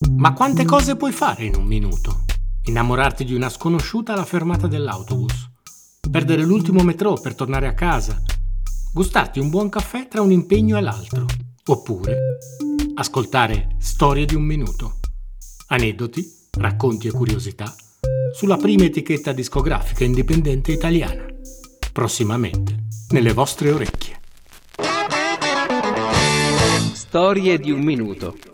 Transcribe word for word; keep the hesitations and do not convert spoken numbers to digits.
Ma quante cose puoi fare in un minuto? Innamorarti di una sconosciuta alla fermata dell'autobus, perdere l'ultimo metro per tornare a casa, gustarti un buon caffè tra un impegno e l'altro, oppure ascoltare storie di un minuto, aneddoti, racconti e curiosità sulla prima etichetta discografica indipendente italiana, prossimamente nelle vostre orecchie. Storie di un minuto.